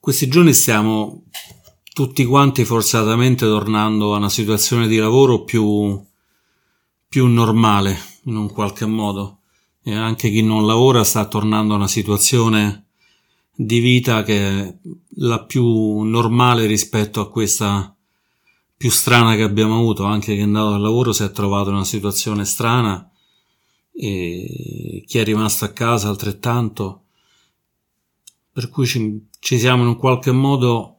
Questi giorni stiamo tutti quanti forzatamente tornando a una situazione di lavoro più normale, in un qualche modo, e anche chi non lavora sta tornando a una situazione di vita che è la più normale rispetto a questa più strana che abbiamo avuto. Anche chi è andato al lavoro si è trovato in una situazione strana, e chi è rimasto a casa altrettanto, per cui ci siamo in un qualche modo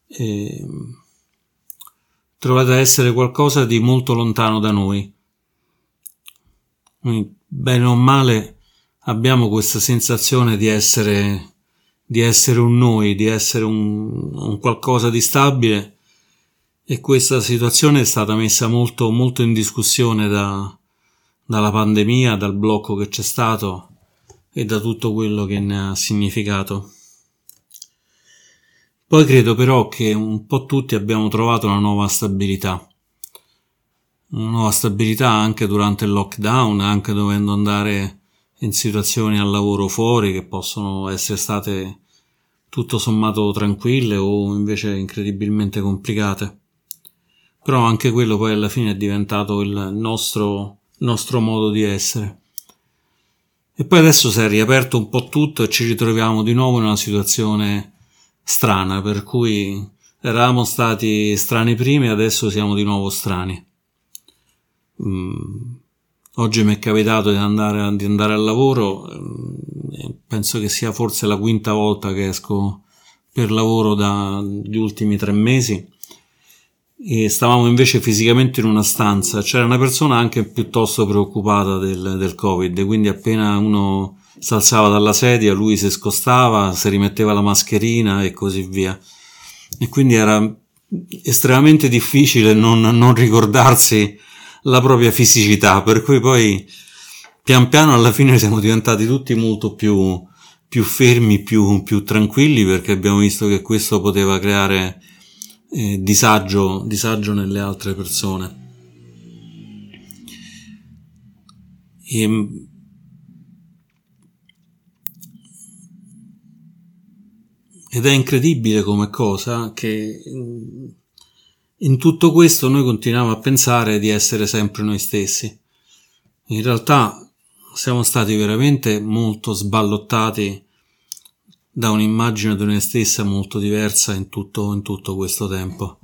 trovati a essere qualcosa di molto lontano da noi. Quindi, bene o male, abbiamo questa sensazione di essere un noi, di essere un qualcosa di stabile, e questa situazione è stata messa molto molto in discussione dalla pandemia, dal blocco che c'è stato e da tutto quello che ne ha significato. Poi credo però che un po' tutti abbiamo trovato una nuova stabilità anche durante il lockdown, anche dovendo andare in situazioni al lavoro fuori che possono essere state tutto sommato tranquille o invece incredibilmente complicate. Però anche quello poi alla fine è diventato il nostro modo di essere. E poi adesso si è riaperto un po' tutto e ci ritroviamo di nuovo in una situazione strana, per cui eravamo stati strani prima e adesso siamo di nuovo strani. Oggi mi è capitato di andare al lavoro, penso che sia forse la quinta volta che esco per lavoro dagli ultimi 3 mesi, e stavamo invece fisicamente in una stanza. C'era una persona anche piuttosto preoccupata del Covid, quindi appena uno si alzava dalla sedia lui si scostava, si rimetteva la mascherina e così via, e quindi era estremamente difficile non ricordarsi la propria fisicità, per cui poi pian piano alla fine siamo diventati tutti molto più fermi, più tranquilli, perché abbiamo visto che questo poteva creare disagio nelle altre persone. Ed è incredibile come cosa che in tutto questo noi continuiamo a pensare di essere sempre noi stessi. In realtà siamo stati veramente molto sballottati da un'immagine di noi stessa molto diversa in tutto questo tempo.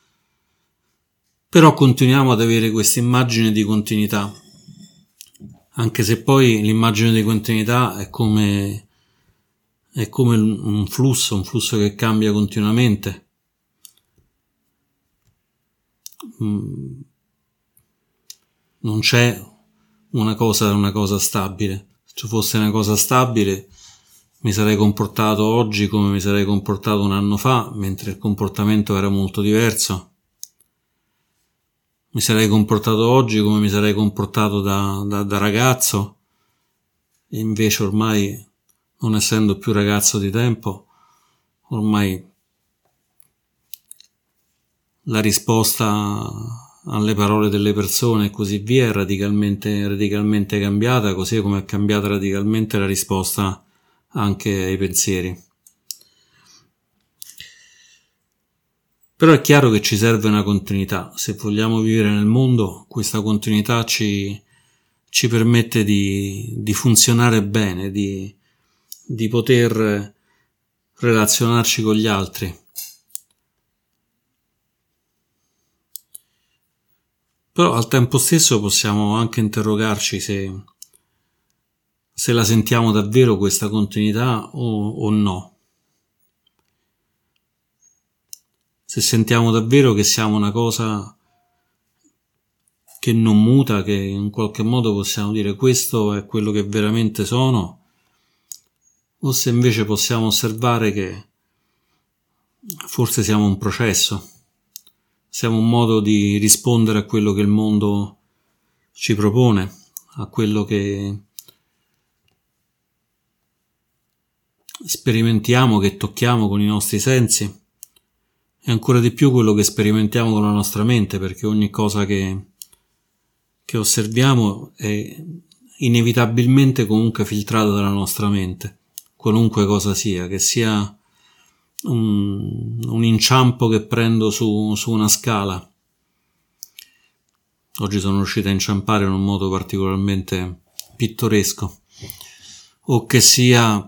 Però continuiamo ad avere questa immagine di continuità, anche se poi l'immagine di continuità è come un flusso che cambia continuamente. Non c'è una cosa stabile. Se ci fosse una cosa stabile, mi sarei comportato oggi come mi sarei comportato un anno fa, mentre il comportamento era molto diverso. Mi sarei comportato oggi come mi sarei comportato da ragazzo, e invece ormai, non essendo più ragazzo di tempo, ormai la risposta alle parole delle persone e così via è radicalmente cambiata, così come è cambiata radicalmente la risposta anche ai pensieri. Però è chiaro che ci serve una continuità. Se vogliamo vivere nel mondo, questa continuità ci permette di funzionare bene, di poter relazionarci con gli altri. Però al tempo stesso possiamo anche interrogarci se la sentiamo davvero questa continuità o no. Se sentiamo davvero che siamo una cosa che non muta, che in qualche modo possiamo dire questo è quello che veramente sono, o se invece possiamo osservare che forse siamo un processo, siamo un modo di rispondere a quello che il mondo ci propone, a quello che sperimentiamo, che tocchiamo con i nostri sensi, e ancora di più quello che sperimentiamo con la nostra mente, perché ogni cosa che osserviamo è inevitabilmente comunque filtrata dalla nostra mente, qualunque cosa sia, che sia un inciampo che prendo su una scala. Oggi sono riuscito a inciampare in un modo particolarmente pittoresco, o che sia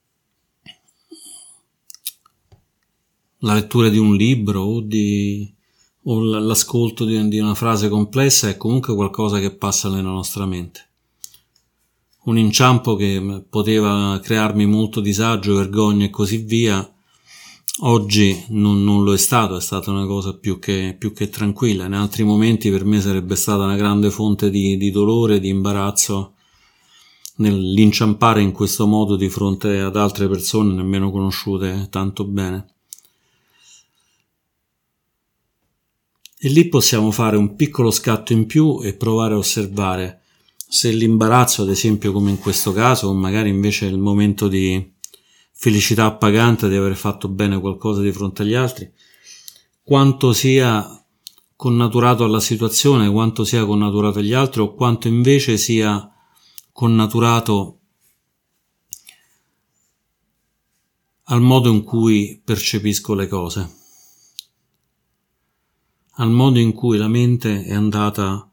la lettura di un libro o l'ascolto di una frase complessa, è comunque qualcosa che passa nella nostra mente. Un inciampo che poteva crearmi molto disagio, vergogna e così via, oggi non lo è stata una cosa più che tranquilla. In altri momenti per me sarebbe stata una grande fonte di dolore, di imbarazzo nell'inciampare in questo modo di fronte ad altre persone nemmeno conosciute tanto bene. E lì possiamo fare un piccolo scatto in più e provare a osservare se l'imbarazzo, ad esempio come in questo caso, o magari invece il momento di felicità appagante di aver fatto bene qualcosa di fronte agli altri, quanto sia connaturato alla situazione, quanto sia connaturato agli altri, o quanto invece sia connaturato al modo in cui percepisco le cose, al modo in cui la mente è andata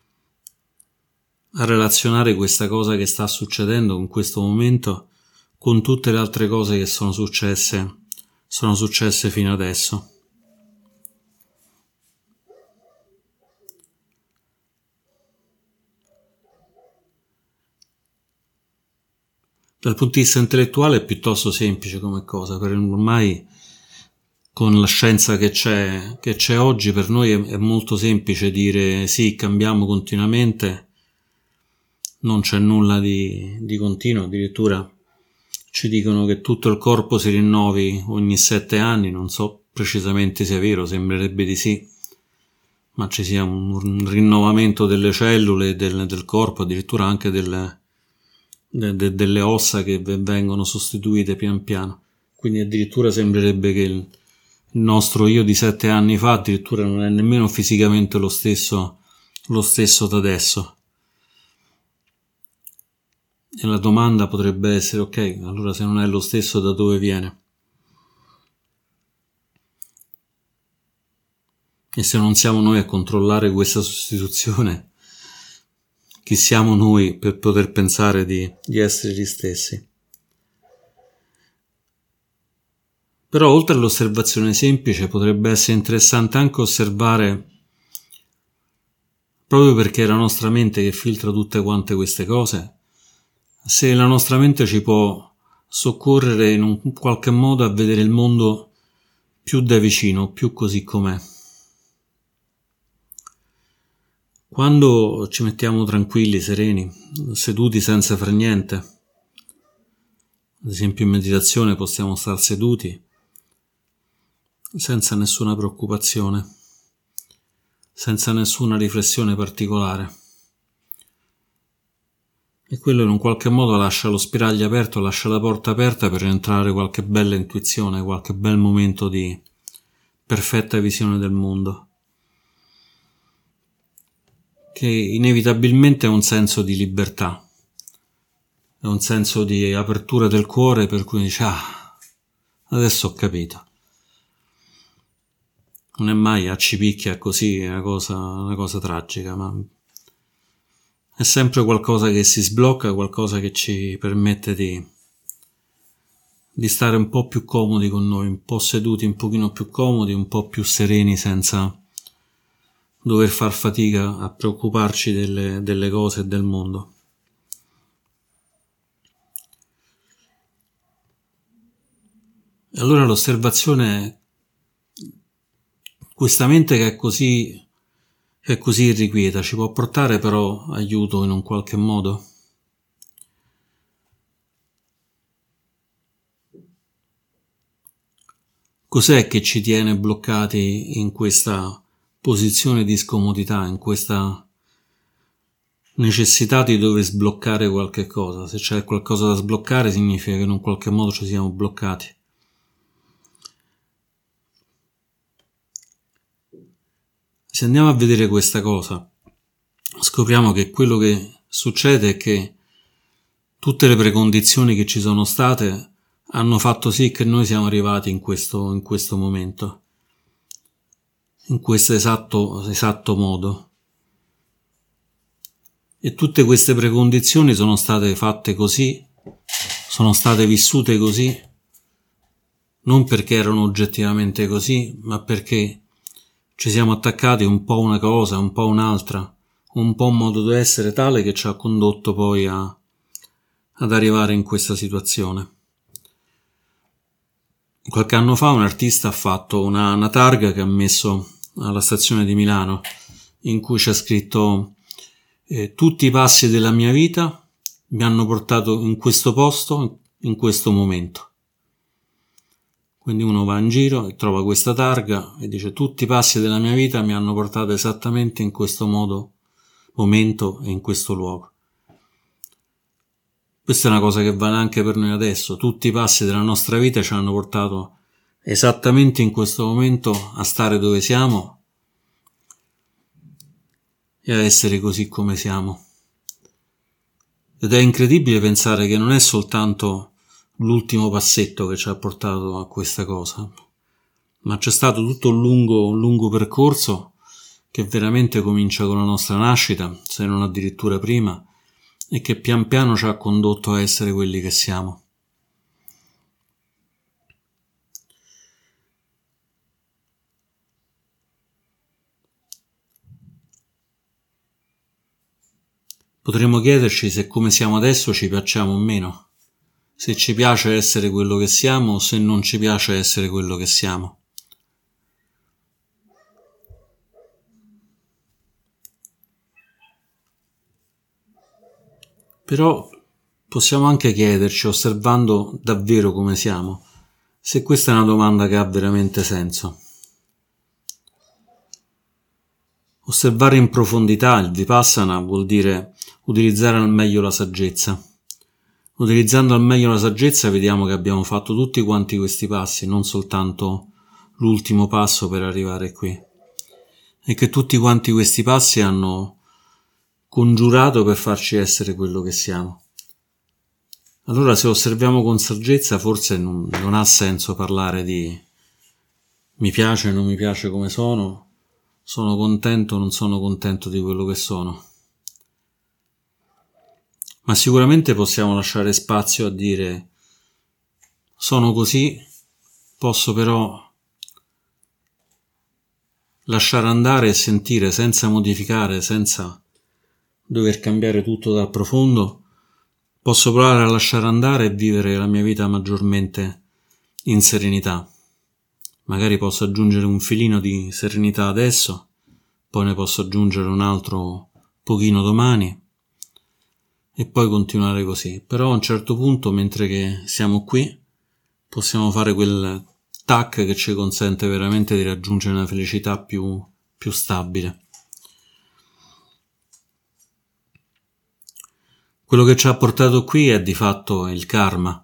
a relazionare questa cosa che sta succedendo in questo momento con tutte le altre cose che sono successe fino adesso. Dal punto di vista intellettuale è piuttosto semplice come cosa, per ormai con la scienza che c'è oggi per noi è molto semplice dire sì, cambiamo continuamente, non c'è nulla di continuo, addirittura ci dicono che tutto il corpo si rinnovi ogni 7 anni, non so precisamente se è vero, sembrerebbe di sì, ma ci sia un rinnovamento delle cellule del corpo, addirittura anche delle ossa che vengono sostituite pian piano. Quindi addirittura sembrerebbe che il nostro io di 7 anni fa addirittura non è nemmeno fisicamente lo stesso da adesso. E la domanda potrebbe essere: ok, allora se non è lo stesso, da dove viene? E se non siamo noi a controllare questa sostituzione, chi siamo noi per poter pensare di essere gli stessi? Però oltre all'osservazione semplice potrebbe essere interessante anche osservare, proprio perché è la nostra mente che filtra tutte quante queste cose, se la nostra mente ci può soccorrere in un qualche modo a vedere il mondo più da vicino, più così com'è. Quando ci mettiamo tranquilli, sereni, seduti senza fare niente, ad esempio in meditazione possiamo star seduti senza nessuna preoccupazione, senza nessuna riflessione particolare. E quello in un qualche modo lascia lo spiraglio aperto, lascia la porta aperta per entrare qualche bella intuizione, qualche bel momento di perfetta visione del mondo, che inevitabilmente è un senso di libertà, è un senso di apertura del cuore, per cui dici: adesso ho capito. Non è mai accipicchia così, è una cosa tragica, ma è sempre qualcosa che si sblocca, qualcosa che ci permette di stare un po' più comodi con noi, un po' seduti, un pochino più comodi, un po' più sereni, senza dover far fatica a preoccuparci delle cose e del mondo. E allora l'osservazione è: questa mente che è così irrequieta ci può portare però aiuto in un qualche modo? Cos'è che ci tiene bloccati in questa posizione di scomodità, in questa necessità di dover sbloccare qualche cosa? Se c'è qualcosa da sbloccare significa che in un qualche modo ci siamo bloccati. Se andiamo a vedere questa cosa, scopriamo che quello che succede è che tutte le precondizioni che ci sono state hanno fatto sì che noi siamo arrivati in questo momento, in questo esatto modo. E tutte queste precondizioni sono state fatte così, sono state vissute così, non perché erano oggettivamente così, ma perché ci siamo attaccati un po' una cosa, un po' un'altra, un po' un modo di essere tale che ci ha condotto poi ad arrivare in questa situazione. Qualche anno fa un artista ha fatto una targa che ha messo alla stazione di Milano, in cui c'è scritto tutti i passi della mia vita mi hanno portato in questo posto, in questo momento. Quindi uno va in giro e trova questa targa e dice tutti i passi della mia vita mi hanno portato esattamente in questo momento e in questo luogo. Questa è una cosa che vale anche per noi adesso. Tutti i passi della nostra vita ci hanno portato esattamente in questo momento a stare dove siamo e a essere così come siamo. Ed è incredibile pensare che non è soltanto l'ultimo passetto che ci ha portato a questa cosa, ma c'è stato tutto un lungo percorso che veramente comincia con la nostra nascita, se non addirittura prima, e che pian piano ci ha condotto a essere quelli che siamo. Potremmo chiederci se come siamo adesso ci piacciamo o meno, se ci piace essere quello che siamo o se non ci piace essere quello che siamo. Però possiamo anche chiederci, osservando davvero come siamo, se questa è una domanda che ha veramente senso. Osservare in profondità il Vipassana vuol dire utilizzare al meglio la saggezza. Utilizzando al meglio la saggezza vediamo che abbiamo fatto tutti quanti questi passi, non soltanto l'ultimo passo per arrivare qui, e che tutti quanti questi passi hanno congiurato per farci essere quello che siamo. Allora, se osserviamo con saggezza, forse non ha senso parlare di mi piace o non mi piace come sono contento o non sono contento di quello che sono. Ma sicuramente possiamo lasciare spazio a dire sono così, posso però lasciare andare e sentire senza modificare, senza dover cambiare tutto dal profondo. Posso provare a lasciare andare e vivere la mia vita maggiormente in serenità. Magari posso aggiungere un filino di serenità adesso, poi ne posso aggiungere un altro pochino domani e poi continuare così. Però a un certo punto, mentre che siamo qui, possiamo fare quel tac che ci consente veramente di raggiungere una felicità più stabile. Quello che ci ha portato qui è di fatto il karma.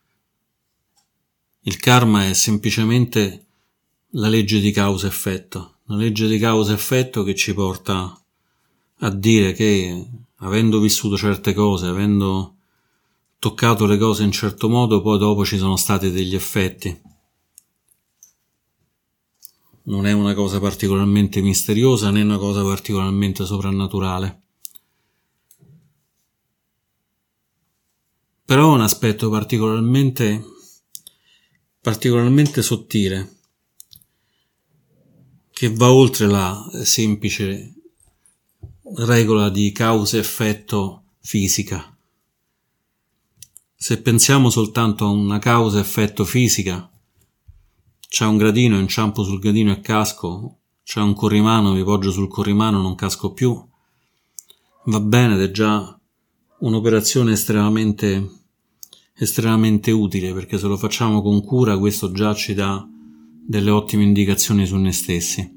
Il karma è semplicemente la legge di causa-effetto, una legge di causa-effetto che ci porta a dire che, avendo vissuto certe cose, avendo toccato le cose in certo modo, poi dopo ci sono stati degli effetti. Non è una cosa particolarmente misteriosa né una cosa particolarmente soprannaturale. Però è un aspetto particolarmente sottile, che va oltre la semplice regola di causa-effetto fisica. Se pensiamo soltanto a una causa-effetto fisica, c'è un gradino, inciampo sul gradino e casco, c'è un corrimano, mi poggio sul corrimano, non casco più, va bene, ed è già un'operazione estremamente utile, perché se lo facciamo con cura questo già ci dà delle ottime indicazioni su noi stessi.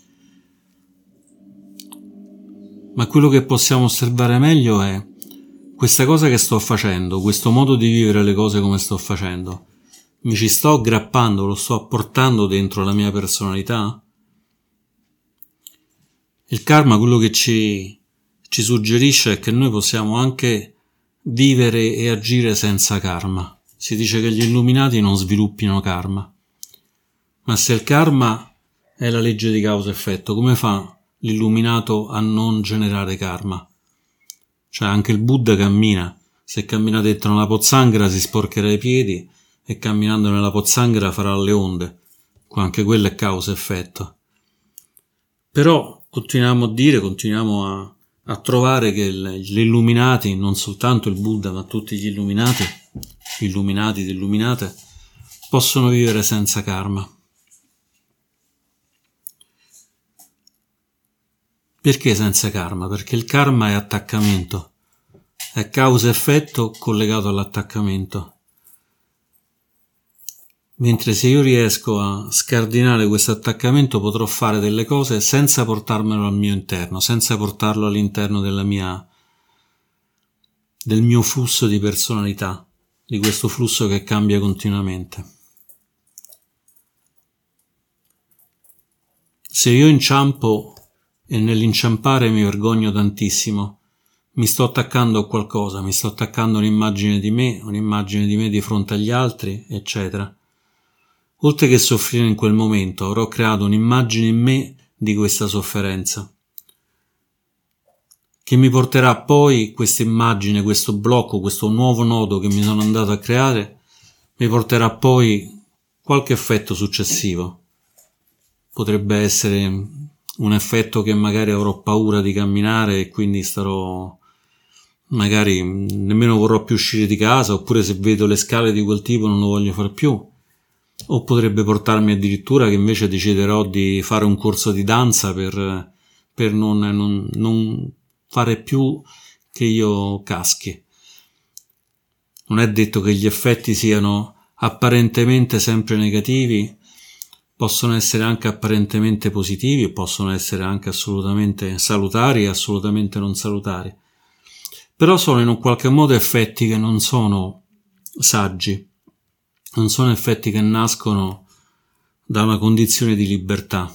Ma quello che possiamo osservare meglio è questa cosa che sto facendo, questo modo di vivere le cose come sto facendo. Mi ci sto aggrappando, lo sto apportando dentro la mia personalità? Il karma, quello che ci suggerisce è che noi possiamo anche vivere e agire senza karma, Si dice che gli illuminati non sviluppino karma. Ma se il karma è la legge di causa-effetto, come fa l'illuminato a non generare karma? Cioè anche il Buddha cammina, se cammina dentro una pozzanghera si sporcherà i piedi e camminando nella pozzanghera farà le onde, anche quello è causa-effetto. Però continuiamo a trovare che gli illuminati, non soltanto il Buddha ma tutti gli illuminati ed illuminate, possono vivere senza karma. Perché senza karma? Perché il karma è attaccamento, è causa-effetto collegato all'attaccamento. Mentre se io riesco a scardinare questo attaccamento potrò fare delle cose senza portarmelo al mio interno, senza portarlo all'interno del mio flusso di personalità, di questo flusso che cambia continuamente. Se io inciampo e nell'inciampare mi vergogno tantissimo, mi sto attaccando a qualcosa, mi sto attaccando a un'immagine di me di fronte agli altri, eccetera. Oltre che soffrire in quel momento, avrò creato un'immagine in me di questa sofferenza, che mi porterà poi questa immagine, questo blocco, questo nuovo nodo che mi sono andato a creare, mi porterà poi qualche effetto successivo. Potrebbe essere un effetto che magari avrò paura di camminare e quindi magari nemmeno vorrò più uscire di casa, oppure se vedo le scale di quel tipo non lo voglio fare più. O potrebbe portarmi addirittura che invece deciderò di fare un corso di danza per non fare più che io caschi. Non è detto che gli effetti siano apparentemente sempre negativi, possono essere anche apparentemente positivi, possono essere anche assolutamente salutari e assolutamente non salutari. Però sono in un qualche modo effetti che non sono saggi. Non sono effetti che nascono da una condizione di libertà.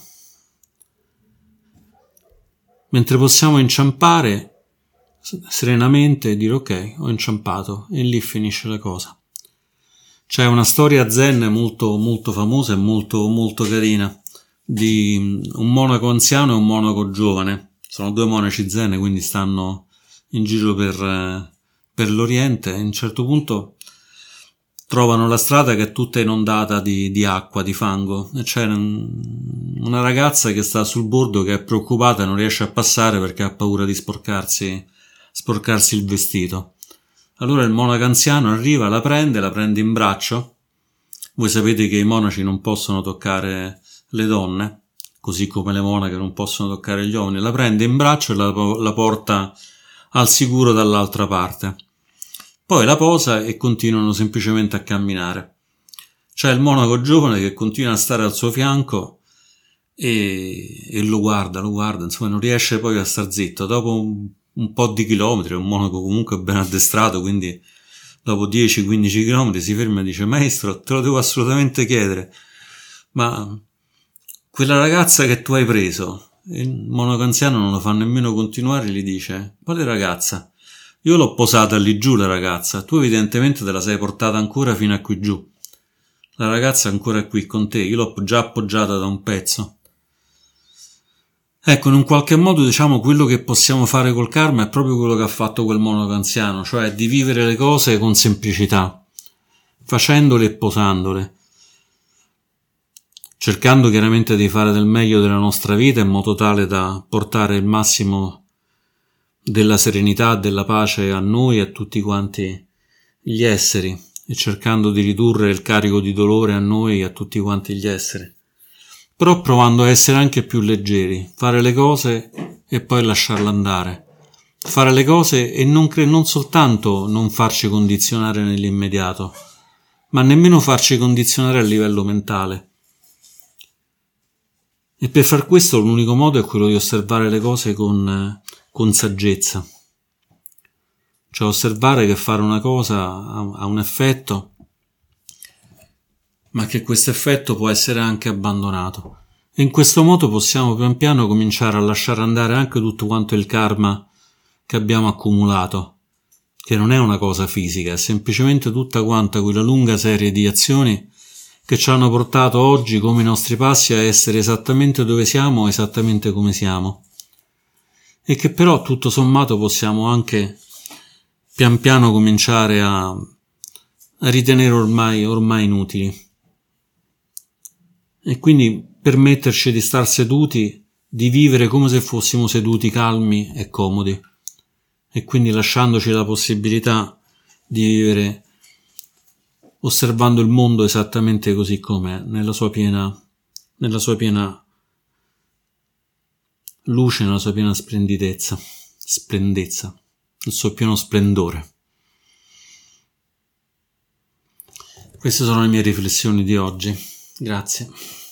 Mentre possiamo inciampare serenamente e dire ok, ho inciampato e lì finisce la cosa. C'è una storia zen molto, molto famosa e molto, molto carina di un monaco anziano e un monaco giovane. Sono due monaci zen, quindi stanno in giro per l'Oriente e a un certo punto trovano la strada che è tutta inondata di acqua, di fango, e c'è una ragazza che sta sul bordo che è preoccupata e non riesce a passare perché ha paura di sporcarsi il vestito. Allora il monaco anziano arriva, la prende in braccio. Voi sapete che i monaci non possono toccare le donne, così come le monache non possono toccare gli uomini. La prende in braccio e la porta al sicuro dall'altra parte. Poi la posa e continuano semplicemente a camminare. C'è il monaco giovane che continua a stare al suo fianco e lo guarda, insomma non riesce poi a star zitto. Dopo un po' di chilometri, è un monaco comunque ben addestrato, quindi dopo 10-15 chilometri si ferma e dice: maestro, te lo devo assolutamente chiedere, ma quella ragazza che tu hai preso, il monaco anziano non lo fa nemmeno continuare, gli dice: quale ragazza? Io l'ho posata lì giù la ragazza, tu evidentemente te la sei portata ancora fino a qui giù. La ragazza è ancora qui con te, io l'ho già appoggiata da un pezzo. Ecco, in un qualche modo diciamo quello che possiamo fare col karma è proprio quello che ha fatto quel monaco anziano, cioè di vivere le cose con semplicità, facendole e posandole, cercando chiaramente di fare del meglio della nostra vita in modo tale da portare il massimo della serenità, della pace a noi e a tutti quanti gli esseri, e cercando di ridurre il carico di dolore a noi e a tutti quanti gli esseri, però provando a essere anche più leggeri, fare le cose e poi lasciarle andare, fare le cose e non soltanto non farci condizionare nell'immediato, ma nemmeno farci condizionare a livello mentale. E per far questo l'unico modo è quello di osservare le cose con saggezza, cioè osservare che fare una cosa ha un effetto, ma che questo effetto può essere anche abbandonato, e in questo modo possiamo pian piano cominciare a lasciare andare anche tutto quanto il karma che abbiamo accumulato, che non è una cosa fisica, è semplicemente tutta quanta quella lunga serie di azioni che ci hanno portato oggi, come i nostri passi, a essere esattamente dove siamo, esattamente come siamo, e che però tutto sommato possiamo anche pian piano cominciare a ritenere ormai inutili, e quindi permetterci di star seduti, di vivere come se fossimo seduti calmi e comodi, e quindi lasciandoci la possibilità di vivere osservando il mondo esattamente così com'è, nella sua piena luce, nella sua piena splendezza, il suo pieno splendore. Queste sono le mie riflessioni di oggi. Grazie.